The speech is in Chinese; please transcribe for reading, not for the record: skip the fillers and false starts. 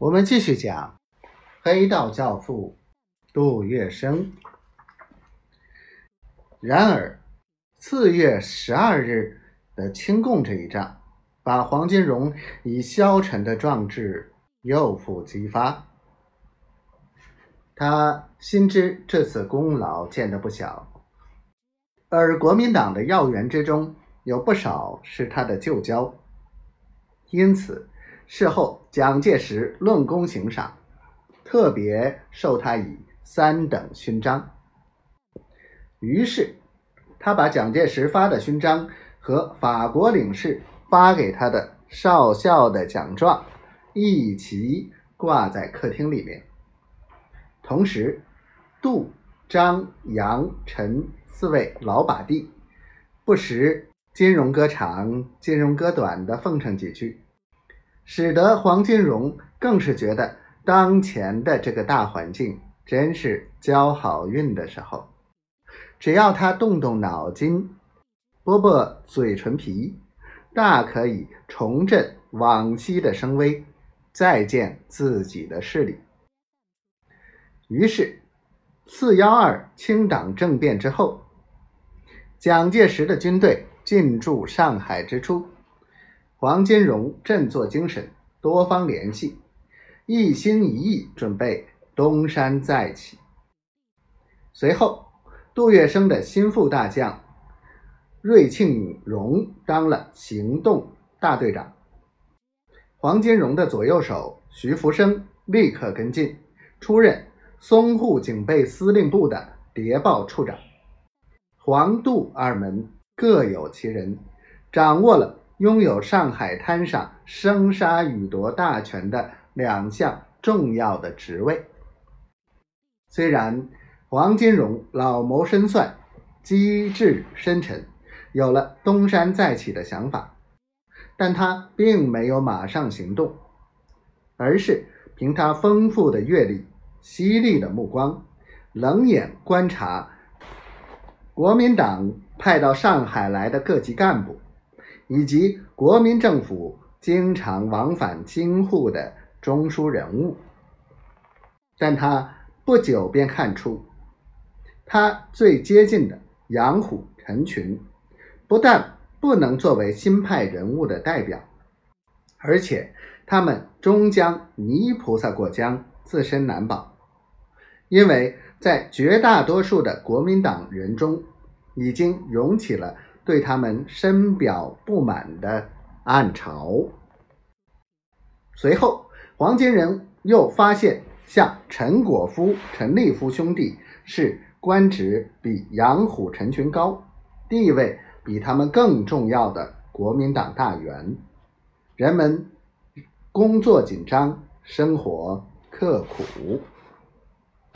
我们继续讲黑道教父杜月笙。然而4月12日的清共这一仗，把黄金荣以消沉的壮志又复激发。他心知这次功劳见得不小，而国民党的要员之中有不少是他的旧交，因此事后蒋介石论功行赏，特别授他以3等勋章。于是他把蒋介石发的勋章和法国领事发给他的少校的奖状一起挂在客厅里面。同时杜、张、杨、陈4位老把弟不时金荣歌长金荣歌短的奉承几句，使得黄金荣更是觉得当前的这个大环境真是交好运的时候，只要他动动脑筋，拨拨嘴唇皮，大可以重振往昔的声威，再建自己的势力。于是412清党政变之后，蒋介石的军队进驻上海之初，黄金荣振作精神，多方联系，一心一意准备东山再起。随后杜月笙的心腹大将瑞庆荣当了行动大队长，黄金荣的左右手徐福生立刻跟进，出任淞沪警备司令部的谍报处长。黄杜二门各有其人，掌握了拥有上海滩上生杀予夺大权的2项重要的职位。虽然黄金荣老谋深算，机智深沉，有了东山再起的想法，但他并没有马上行动，而是凭他丰富的阅历、犀利的目光，冷眼观察国民党派到上海来的各级干部，以及国民政府经常往返京沪的中枢人物。但他不久便看出，他最接近的杨虎、陈群不但不能作为新派人物的代表，而且他们终将泥菩萨过江，自身难保。因为在绝大多数的国民党人中，已经涌起了对他们深表不满的暗潮。随后黄金荣又发现，像陈果夫、陈立夫兄弟是官职比杨虎、陈群高，地位比他们更重要的国民党大员，人们工作紧张，生活刻苦。